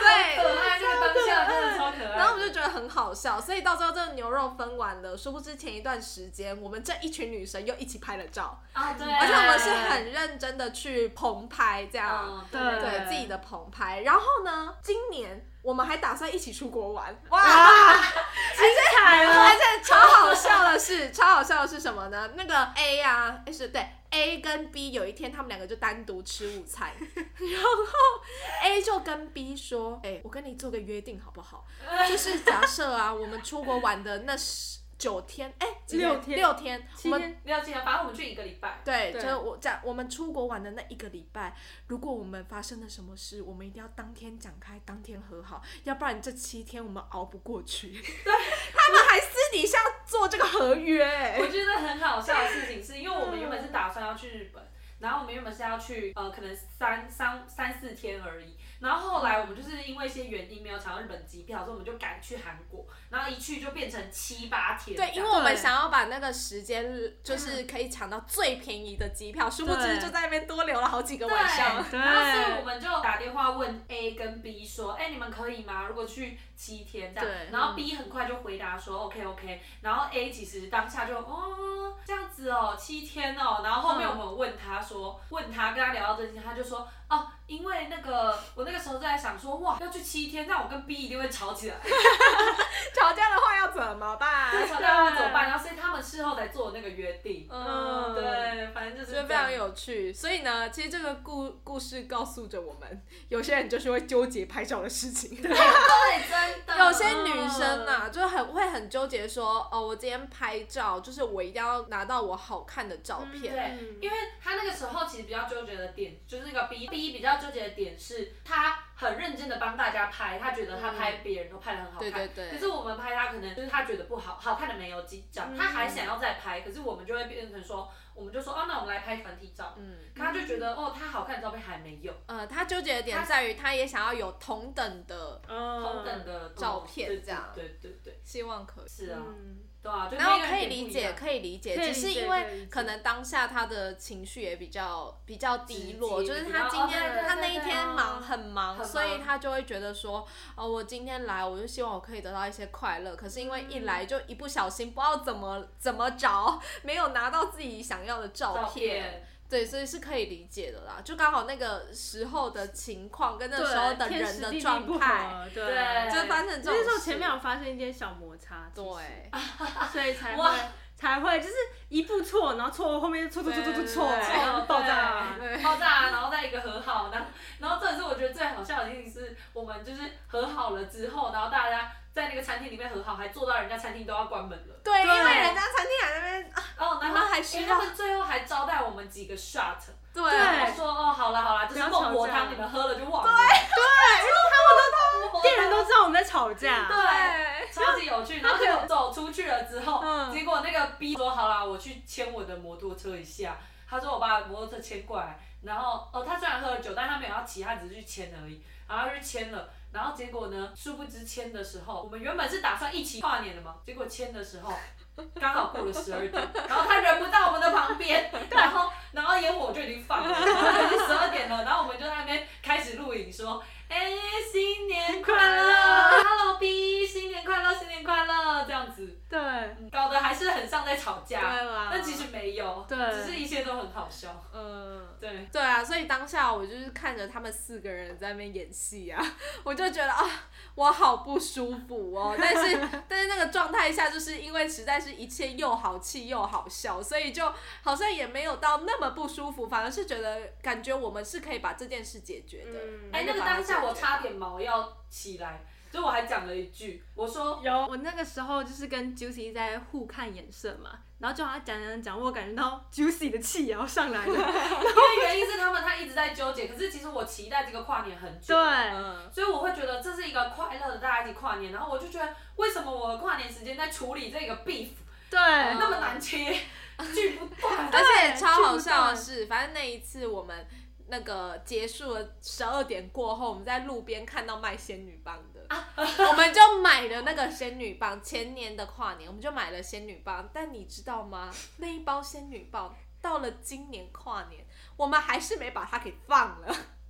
对， 可爱，这个当下真的超可爱。 然后我们就觉得很好笑，所以到最后这个牛肉分完了，殊不知前一段时间我们这一群女生又一起拍了照啊，对， 而且我们是很认真的去棚拍这样， 嗯、 对对, 对自己的棚拍。然后呢，今年我们还打算一起出国玩，哇， 精彩了！ 而且超好笑的是，超好笑的是什么呢？那个 A 啊，是对 A 跟 B 有一天他们两个就单独吃午餐，然后 A 就跟 B 说：“哎、欸，我跟你做个约定好不好？就是假设啊，我们出国玩的那十九天，哎、欸， 六天， 六天， 七天， 六天，反正我们去一个礼拜。 对，就是我讲我们出国玩的那一个礼拜，如果我们发生了什么事，我们一定要当天讲开，当天和好，要不然这七天我们熬不过去。对，他们还私底下做这个合约、欸。 我觉得很好笑的事情是，因为我们原本是打算要去日本，然后我们原本是要去呃可能三三三四天而已。然后后来我们就是因为一些原因没有抢到日本机票，所以我们就赶去韩国，然后一去就变成七八天。 对，因为我们想要把那个时间就是可以抢到最便宜的机票，殊不知就在那边多留了好几个晚上。 对，然后所以我们就打电话问 A 跟 B 说，哎、欸，你们可以吗？如果去七天这样，然后 B 很快就回答说 OK OK， 然后 A 其实当下就哦这样子哦七天哦，然后后面我们问他说，问他跟他聊到这些，他就说哦，因为那个我那个时候在想说，哇，要去七天，那我跟 B 一定会吵起来。 吵架的话要怎么办？ 对，吵架的话怎么办？然后所以他们事后才做那个约定。嗯，对，反正就是非常有趣。所以呢，其实这个故故事告诉着我们，有些人就是会纠结拍照的事情。 对，真的。 有些女生啊，就很会很纠结说，哦，我今天拍照，就是我一定要拿到我好看的照片。 嗯、对，因为他那个时候其实比较纠结的点，就是那个 B B 比较纠结的点是，他很认真的帮大家拍，他觉得他拍别人都拍得很好看。 对对对。 可是我们拍他可能就是他觉得不好，好看的没有几张，嗯、他还想要再拍，可是我们就会变成说，我们就说，哦，那我们来拍团体照。嗯。他就觉得，哦，他好看的照片还没有。 呃，他纠结的点在于，他也想要有同等的、 嗯、同等的照片，这样。 对对对。 希望可以。 是啊。 嗯对啊， 然后可以理解，可以理解， 只是因为可能当下他的情绪也比较比较低落，就是他今天、哦、他那一天忙很忙，所以他就会觉得说，哦，我今天来，我就希望我可以得到一些快乐，可是因为一来就一不小心不知道怎么怎么找，没有拿到自己想要的照片。 照片对，所以是可以理解的啦，就刚好那个时候的情况跟那时候的人的状态， 对， 就发生这种事。 那时候前面有发生一些小摩擦， 对， 所以才会才会就是一步错，然后错后面错错错错错错，然后爆炸， 爆炸，然后再一个和好，然后然后这是我觉得最好笑的事情是，我们就是和好了之后，然后大家在那个餐厅里面和好，还做到人家餐厅都要关门了。 对，因为人家餐厅还在那边， 哦，然后还需要他们最后还招待我们几个 shot。 对， 然后说哦，好了好了，就是孟婆汤，你们喝了就忘了。 对对， 因为他们都店人都知道我们在吵架。 对，超级有趣。然后就走出去了之后，嗯、结果那个 B 说好啦，我去牵我的摩托车一下。他说我把摩托车牵过来，然后哦，他虽然喝了酒，但他没有要骑，他只是去牵而已。然后他去牵了，然后结果呢，殊不知牵的时候，我们原本是打算一起跨年的嘛，结果牵的时候。刚好过了十二点，然后他人不在我们的旁边，然后然后烟火就已经放了，然后已经十二点了，然后我们就在那边开始录影说，哎、欸，新年快乐 ，Hello B， 新年快乐，新年快乐，这样子， 对， 搞得还是很像在吵架， 对啦， 但其实没有， 对， 只是一切都很好笑， 嗯， 对， 对啊，所以当下我就是看着他们四个人在那边演戏啊，我就觉得啊，我好不舒服哦，但是但是那个状态下，就是因为实在是一切又好气又好笑，所以就好像也没有到那么不舒服，反而是觉得感觉我们是可以把这件事解决的。 哎、嗯，那个当下我差点毛要起来，就我还讲了一句，我说有，我那个时候就是跟 Juicy 在互看眼色嘛，然后就他讲讲讲，我感觉到 Juicy 的气也要上来了，因为原因是他们他一直在纠结，可是其实我期待这个跨年很久， 对， 嗯、所以我会觉得这是一个快乐的大家一起跨年，然后我就觉得为什么我的跨年时间在处理这个 beef， 对， 那么难切，锯不断， 而且超好笑的是，反正那一次我们。那个结束了十二点过后，我们在路边看到卖仙女棒的，啊、我们就买了那个仙女棒。前年的跨年，我们就买了仙女棒，但你知道吗？那一包仙女棒到了今年跨年，我们还是没把它给放了。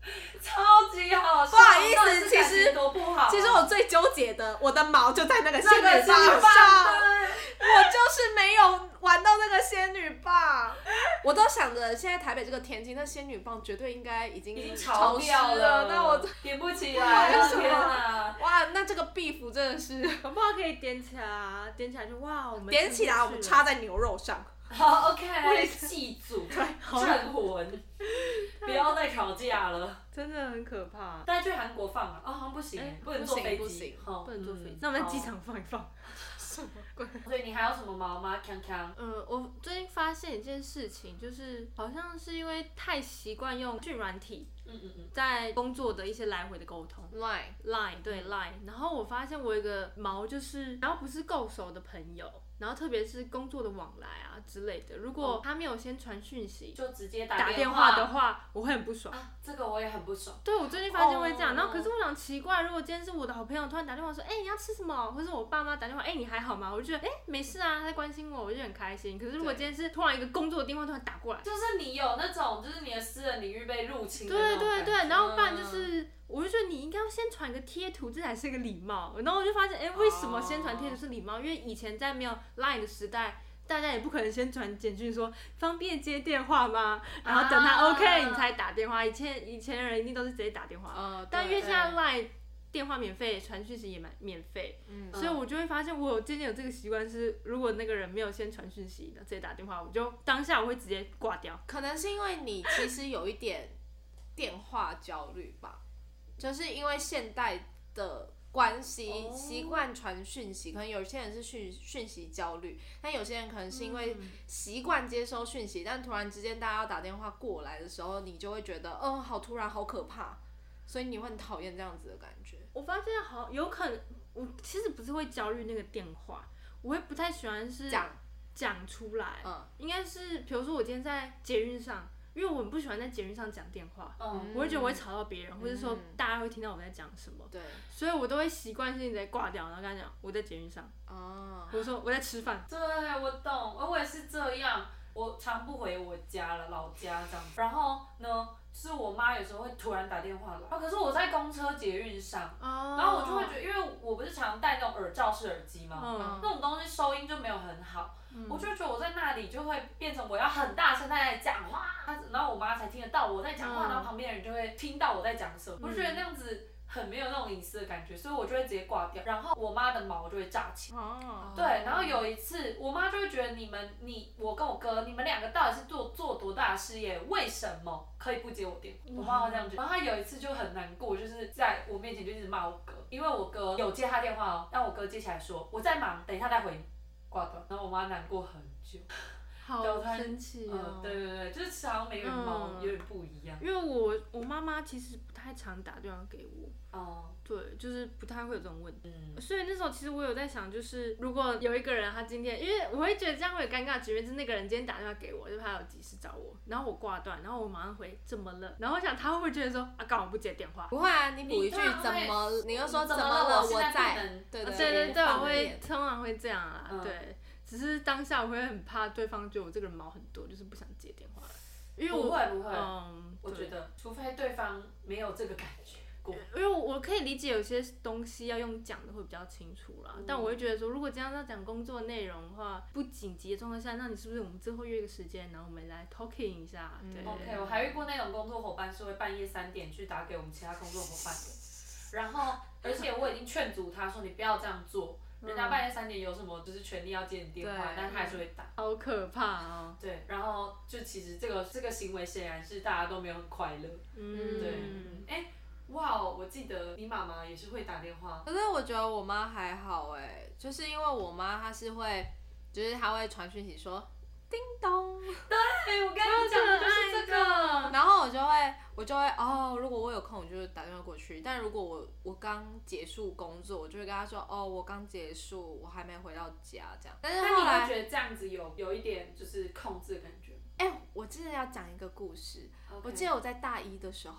超级好笑。 不好意思到底是其实感情多不好啊。 其实我最纠结的，我的毛就在那个仙这个女棒是棒上， 对我就是没有玩到那个仙女棒。我都想着现在台北这个天气，那仙女棒绝对应该已经已经潮湿潮掉了。那我点不起来， 为什么天哪！ 哇，那这个 beef 真的是搞不好可以点起来啊，点起来就哇，我们点起来，我们插在牛肉上。 好 ，OK， 祭祖镇魂，不要再吵架了。 真的很可怕。 但去韩国放啊，哦，好像不行哎， 不能坐飞机不行， 哦不能坐飞机嗯， 那我们在机场放一放。 什么鬼？ 所以你还有什么毛吗？康康。 嗯，我最近发现一件事情，就是好像是因为太习惯用讯软体， 嗯嗯嗯。 在工作的一些来回的沟通 Line ，Line 对 Line，然后我发现我有一个毛就是，然后不是够熟的朋友，然后特别是工作的往来啊之类的，如果他没有先传讯息， 就直接打电电话的话，我会很不爽。 啊，这个我也很不爽。 对，我最近发现会这样哦然后可是我想奇怪，如果今天是我的好朋友突然打电话说，哎、你要吃什么？或是我爸妈打电话，哎、你还好吗？我就觉得，哎、没事啊，他在关心我，我就很开心。可是如果今天是突然一个工作的电话突然打过来， 就是你有那种，就是你的私人领域被入侵的那对种感觉。 对对，然后不然就是，我就觉得你应该要先传个贴图，这才是个礼貌。然后我就发现，哎、为什么先传贴图是礼貌？因为以前在没有 Line 的时代。大家也不可能先传简讯说方便接电话吗？然后等他 OK、 啊、 你才打电话。以前以前的人一定都是直接打电话， 呃， 但因为现在 Line 电话免费，传讯息也蛮免费， 嗯所以我就会发现我有渐渐有这个习惯是，如果那个人没有先传讯息，直接打电话，我就当下我会直接挂掉。 可能是因为你其实有一点电话焦虑吧，就是因为现代的关系习惯传讯息，可能有些人是讯讯息焦虑，但有些人可能是因为习惯接收讯息，但突然之间大家要打电话过来的时候，你就会觉得，哦，好突然，好可怕，所以你会很讨厌这样子的感觉。 我发现好有可能，我其实不是会焦虑那个电话，我会不太喜欢是讲讲出来， 嗯， 应该是比如说我今天在捷运上。因为我很不喜欢在捷运上讲电话， 嗯、 我会觉得我会吵到别人， 嗯、 或者说大家会听到我在讲什么， 对， 所以我都会习惯性直接挂掉，然后跟他讲我在捷运上， 哦， 或者说我在吃饭。 对，我懂，我也是这样，我常不回我家了，老家这样子。然后呢，是我妈有时候会突然打电话来，啊，可是我在公车捷运上， 哦、 然后我就会觉得，因为我不是常戴那种耳罩式耳机嘛， 嗯、 那种东西收音就没有很好。 嗯、 我就觉得我在那里就会变成我要很大声在讲话，然后我妈才听得到我在讲话，嗯、然后旁边的人就会听到我在讲什么，嗯、我就觉得那样子很没有那种隐私的感觉，所以我就会直接挂掉。然后我妈的毛就会炸起来， 哦、 对，然后有一次我妈就会觉得你们你我跟我哥你们两个到底是做做多大的事业，为什么可以不接我电话？我妈会这样觉得。然后她有一次就很难过，就是在我面前就一直骂我哥，因为我哥有接他电话哦，但我哥接起来说我在忙，等一下再回你。挂断，然后我妈难过很久， 好生气哦、 嗯。对对对，就是好像每个人毛有点不一样。 嗯、因为我我妈妈其实不太常打电话给我。 哦。 对，就是不太会有这种问题。 嗯。 所以那时候其实我有在想，就是如果有一个人他今天，因为我会觉得这样会很尴尬，局面是那个人今天打电话给我，就是他有急事找我，然后我挂断，然后我马上回怎么了？然后我想他会不会觉得说啊，干嘛不接电话？ 不会啊，你补一句怎么，你又说怎么了？我在。对对对对对，我会通常会这样啊，嗯、对。只是当下我会很怕对方觉得我这个人毛很多，就是不想接电话，因为我不会不会， 嗯， 我觉得除非对方没有这个感觉过， 因为我可以理解有些东西要用讲的会比较清楚啦，嗯、但我会觉得说，如果这样要讲工作内容的话，不紧急的状态下，那你是不是我们之后约一个时间，然后我们来 talking 一下？对。 嗯、OK， 我还遇过那种工作伙伴是会半夜三点去打给我们其他工作伙伴的，然后而且我已经劝阻他说你不要这样做。人家半夜三点有什么就是权利要接你电话，但他还是会打， 好可怕哦。 对，然后就其实这个这个行为显然是大家都没有很快乐。嗯，对，哎、欸，哇，我记得你妈妈也是会打电话， 可是我觉得我妈还好哎、欸，就是因为我妈她是会，就是她会传讯息说。叮咚， 对，我刚刚讲的就是这个， 然后我就会，我就会哦，如果我有空，我就打电话过去。但如果我我刚结束工作，我就会跟他说，哦，我刚结束，我还没回到家这样。但是后来， 你会觉得这样子有有一点就是控制的感觉？ 哎、欸，我真的要讲一个故事。Okay. 我记得我在大一的时候，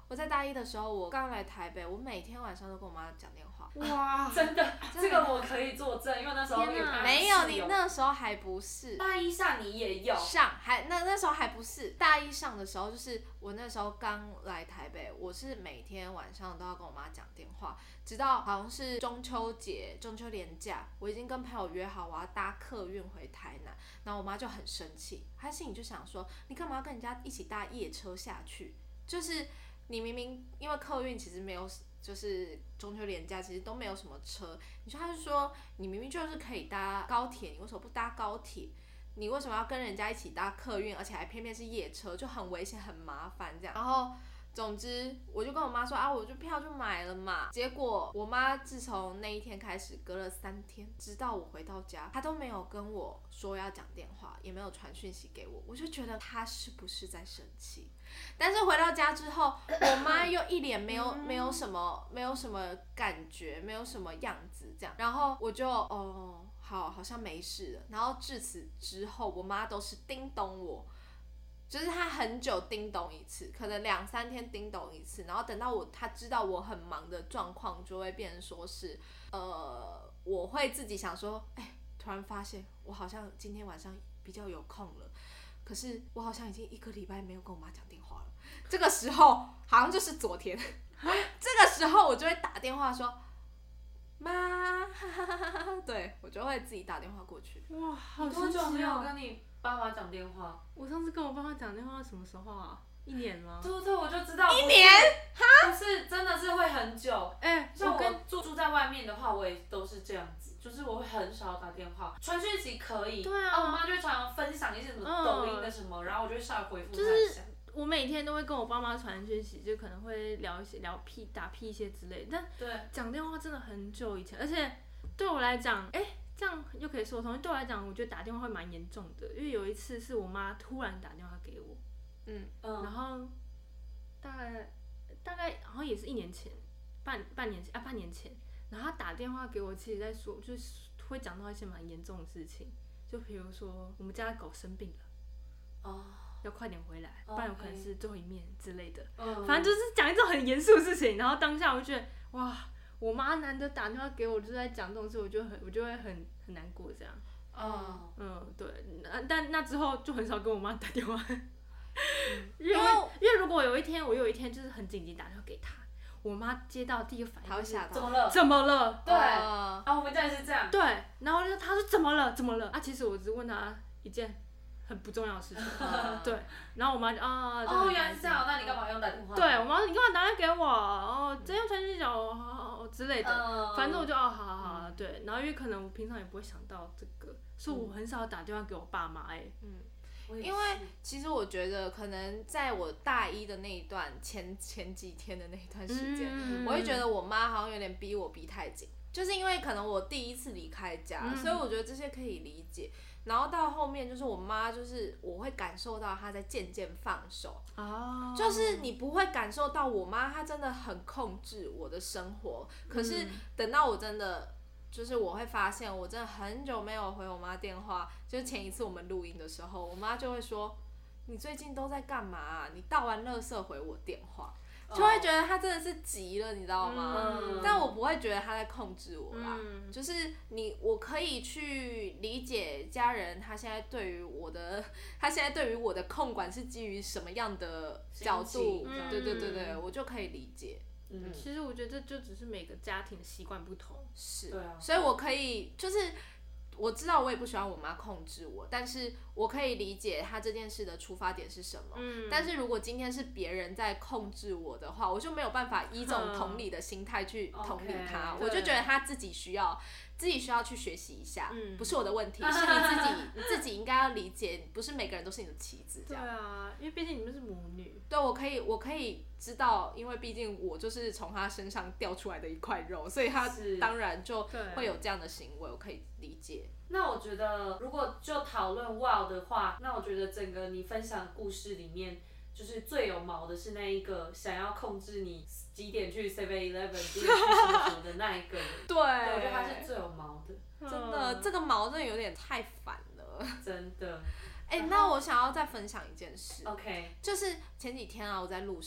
我在大一的时候，我刚来台北，我每天晚上都跟我妈讲电话。 哇， 真的，这个我可以作证，因为那时候天哪没有，你那时候还不是。 大一上你也有上还那那时候还不是大一上的时候，就是我那时候刚来台北，我是每天晚上都要跟我妈讲电话，直到好像是中秋节、中秋连假，我已经跟朋友约好我要搭客运回台南，然后我妈就很生气，她心里就想说，你干嘛要跟人家一起搭夜车下去？就是你明明因为客运其实没有，就是中秋连假其实都没有什么车，你说他就说你明明就是可以搭高铁，你为什么不搭高铁？你为什么要跟人家一起搭客运，而且还偏偏是夜车，就很危险很麻烦这样。然后总之我就跟我妈说啊，我就票就买了嘛。结果我妈自从那一天开始，隔了三天，直到我回到家，她都没有跟我说要讲电话，也没有传讯息给我，我就觉得她是不是在生气？但是回到家之后，我妈又一脸没有没有什么没有什么感觉，没有什么样子这样，然后我就哦好好像没事了。然后自此之后，我妈都是叮咚我，就是她很久叮咚一次，可能两三天叮咚一次，然后等到我她知道我很忙的状况，就会变成说是呃我会自己想说，哎，突然发现我好像今天晚上比较有空了。可是我好像已经一个礼拜没有跟我妈讲电话了。这个时候好像就是昨天，这个时候我就会打电话说妈，对我就会自己打电话过去。 哇，好你多神奇久没有哦！ 跟你爸妈讲电话？ 我上次跟我爸妈讲电话什么时候啊？一年吗？ 对对，我就知道。 一年？ 不是，真的是会很久。 哎、欸， 像我跟住住在外面的话，我也都是这样子。就是我会很少打电话，传讯息可以， 对啊， 啊我妈就会常常分享一些什么抖音的什么，嗯、然后我就会稍微回复她一下。 我每天都会跟我爸妈传讯息，就可能会聊一些聊屁打屁一些之类的，但对讲电话真的很久以前，而且对我来讲，哎、欸，这样又可以说通。对我来讲，我觉得打电话会蛮严重的，因为有一次是我妈突然打电话给我， 嗯嗯，然后大概大概好像也是一年前，半半年前啊半年前。然后他打电话给我，其实在说，就是会讲到一些蛮严重的事情，就比如说我们家的狗生病了，哦，要快点回来，不然有可能是最后一面之类的。嗯，反正就是讲一种很严肃的事情。然后当下我就觉得，哇，我妈难得打电话给我，就是在讲这种事，我就很，我就会很很难过这样。 哦， 嗯，对，但那之后就很少跟我妈打电话， 嗯、 因为因为如果有一天我有一天就是很紧急打电话给她。我妈接到第一个反应就是怎么了？ 怎么了？ 对，啊，我们家也是这样。 对，然后就她说怎么了？怎么了？啊，其实我只问她一件很不重要的事情。对，然后我妈就啊， 哦，原来是这样，那你干嘛用打电话？ 对，我妈说你干嘛打电话给我？哦，这样传讯息哦之类的，反正我就哦，好好好，对。然后因为可能我平常也不会想到这个，所以我很少打电话给我爸妈哎。 嗯。因为其实我觉得，可能在我大一的那一段前前几天的那一段时间，嗯、我会觉得我妈好像有点逼我逼太紧，就是因为可能我第一次离开家，嗯、所以我觉得这些可以理解。然后到后面就是我妈，就是我会感受到她在渐渐放手，哦，就是你不会感受到我妈她真的很控制我的生活，可是等到我真的。就是我会发现，我真的很久没有回我妈电话。就是前一次我们录音的时候，我妈就会说：“你最近都在干嘛啊？你倒完垃圾回我电话。”就会觉得她真的是急了，你知道吗？嗯、但我不会觉得她在控制我啦。嗯、就是你，我可以去理解家人他现在对于我的，他现在对于我的控管是基于什么样的角度？嗯、对对对对，我就可以理解。 嗯，其实我觉得这就只是每个家庭的习惯不同， 是，对啊，所以我可以就是我知道我也不喜欢我妈控制我，但是我可以理解她这件事的出发点是什么。嗯，但是如果今天是别人在控制我的话，我就没有办法以这种同理的心态去同理她，我就觉得她自己需要。自己需要去学习一下，嗯、不是我的问题，是你自己，你自己应该要理解，不是每个人都是你的棋子，这样。 对啊，因为毕竟你们是母女。 对，我可以，我可以知道，因为毕竟我就是从他身上掉出来的一块肉，所以他当然就会有这样的行为，我可以理解。 那我觉得，如果就讨论 wow 的话，那我觉得整个你分享的故事里面。就是最有毛的是那一个想要控制你几点去 seven eleven 几点去什么什么的那一个人。 对， 我觉得他是最有毛的。 真的，这个毛真的有点太烦了。 真的。 哎、欸，那我想要再分享一件事。 OK。 就是前几天啊，我在路上，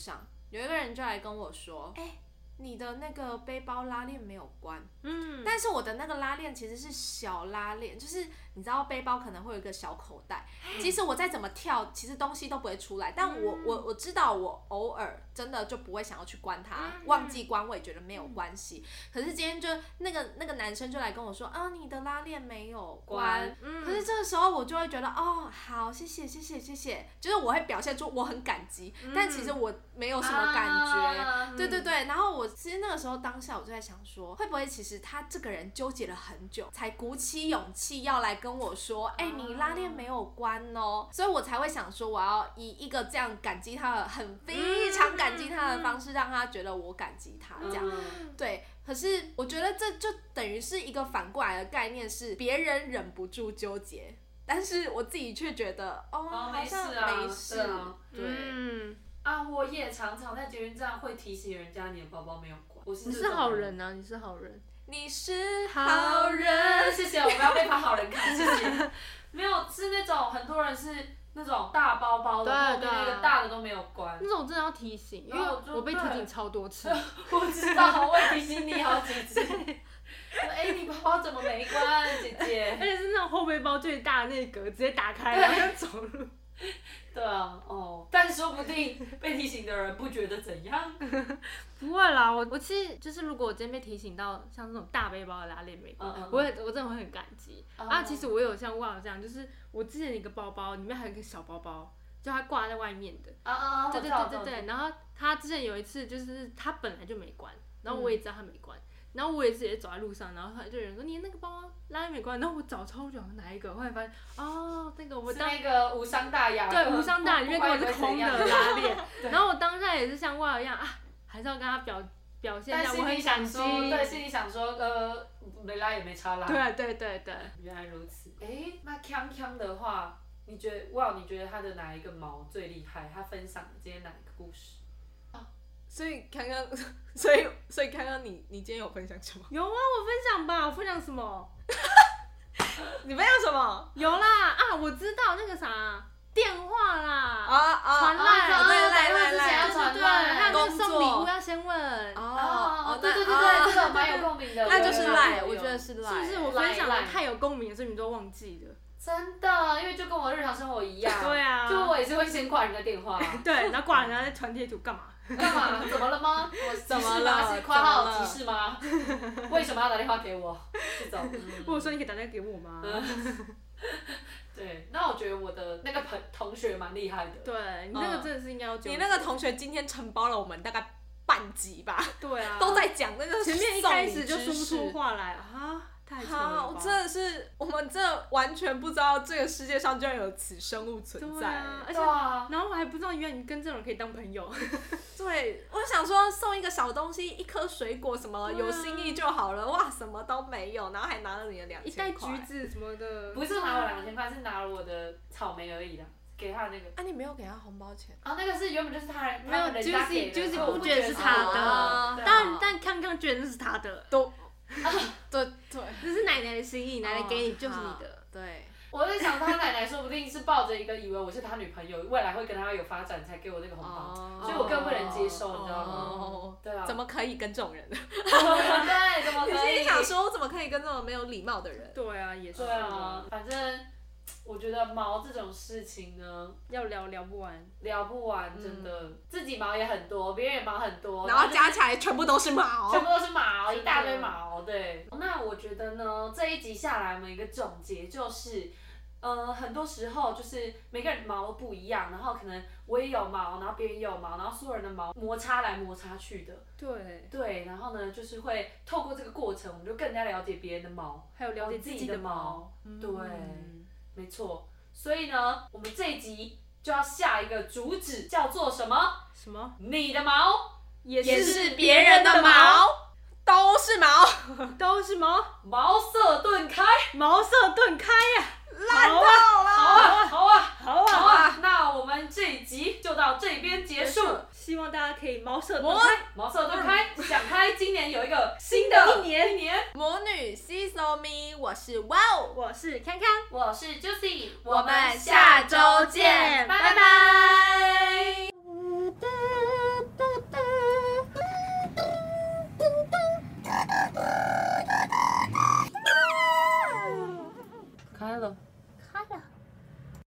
有一个人就来跟我说，哎、欸，你的那个背包拉链没有关， 嗯， 但是我的那个拉链其实是小拉链，就是你知道背包可能会有一个小口袋，即使我再怎么跳，其实东西都不会出来，但我我我知道我偶尔真的就不会想要去关它，忘记关我也觉得没有关系。可是今天就那个那个男生就来跟我说，啊，你的拉链没有关，嗯，可是这个时候我就会觉得，哦，好，谢谢谢谢谢谢，就是我会表现出我很感激，嗯，但其实我没有什么感觉，啊，对对对，然后我其实那个时候当下我就在想说，会不会其实他这个人纠结了很久，才鼓起勇气要来跟我说，哎，欸，你拉链没有关哦，所以我才会想说，我要以一个这样感激他的，很非常感激他的方式，让他觉得我感激他，这样，对。可是我觉得这就等于是一个反过来的概念，是别人忍不住纠结，但是我自己却觉得，哦， 哦好像没事， 对啊， 对。 嗯啊，我也常常在捷运站会提醒人家你的包包没有关。我是你是好人啊，你是好人， 你是好人。 谢谢，我们要被发好人卡，谢谢。没有，是那种很多人是那种大包包的，后面那个大的都没有关。 那种真的要提醒，因为我被提醒超多次。 我知道，我也提醒你好几次。哎，欸，你包包怎么没关，姐姐？ 而且是那种后背包最大的那个格，直接打开然后就走路。 对啊，哦，但说不定被提醒的人不觉得怎样。 不会啦，我我其实就是如果我今天被提醒到像这种大背包的拉链没关，嗯嗯我会我真的会很感激。嗯、啊，其实我有像哇这样，就是我之前一个包包里面还有一个小包包，就它挂在外面的。 啊啊啊！ 对对对对对。然后他之前有一次就是他本来就没关，然后我也知道他没关。嗯然后我也是也走在路上，然后就有人说你那个包包拉链没关，然后我找超久哪一个，后来发现哦那个我当是那个无伤大雅， 对无伤大雅里面根本是空的拉链，然后我当下也是像哇一样啊，还是要跟他表表现一下我很感激， 对，心里想说呃没拉也没差啦， 对对对对， 原来如此。哎，那锵锵的话，你觉得哇你觉得他的哪一个毛最厉害？他分享的今天哪一个故事？ 所以刚刚，所以所以刚刚你你今天有分享什么？ 有啊，我分享吧，我分享什么？ 你分享什么？ 有啦啊，我知道那个啥电话啦， 啊啊， 传赖， 对来来来， 对对，还有那个送礼物要先问。 哦哦，对对对对，这个蛮有共鸣的。 那就是赖，我觉得是赖。 是不是我分享的太有共鸣，所以你们都忘记了？ 真的，因为就跟我日常生活一样。 对啊。 就我也是会先挂人家电话。 对，然后挂人家在传贴图干嘛？ 干嘛？怎么了吗？我怎么了？ 是括号急事吗？为什么要打电话给我？这种。 或者说你可以打电话给我吗？ 对，那我觉得我的那个朋同学蛮厉害的。 对，你那个真的是应该要。 你那个同学今天承包了我们大概半集吧。 对啊。 都在讲那个前面一开始就说不出话来啊。 好，真的是我们这完全不知道这个世界上居然有此生物存在， 对啊，而且然后我还不知道原来你跟这种人可以当朋友。 对，我想说送一个小东西，一颗水果什么，有心意就好了。哇，什么都没有，然后还拿了你的两千块， 一袋橘子什么的。 不是拿我两千块，是拿了我的草莓而已啦。给他的那个啊，你没有给他红包钱啊？那个是原本就是他人， 没有，Juicy Juicy 不觉得是他的，但但康康觉得那是他的， 都。啊，对对， 这是奶奶的心意，奶奶给你就是你的。 对， 我在想他奶奶说不定是抱着一个以为我是他女朋友，未来会跟他有发展才给我那个红包，所以我更不能接受，你知道吗？对啊。 怎么可以跟这种人？ 对，怎么可以？ 你心里想说，我怎么可以跟这种没有礼貌的人？ 对啊，也是。 对啊，反正。我觉得毛这种事情呢， 要聊聊不完， 聊不完，真的，嗯、自己毛也很多，别人也毛很多， 然后加起来全部都是毛， 全部都是毛，一大堆毛，对。那我觉得呢，这一集下来，我们一个总结就是，呃，很多时候就是每个人毛都不一样，然后可能我也有毛，然后别人也有毛，然后所有人的毛摩擦来摩擦去的， 对， 对，然后呢，就是会透过这个过程，我们就更加了解别人的毛， 还有了解自己的毛， 嗯、 对。嗯没错，所以呢，我们这一集就要下一个主旨，叫做什么？ 什么？ 你的毛也是别人的毛，都是毛， 都是毛， 茅塞顿开， 茅塞顿开呀、 啊，烂透了！ 好啊，好啊， 好啊， 好啊！那我们这一集就到这边结束。 希望大家可以茅塞顿开， 茅塞顿开，想开，今年有一个新的一年。 一年。 魔女 See So Me， 我是 Wow， 我是康康， 我是 Juicy， 我们下周见， 拜拜。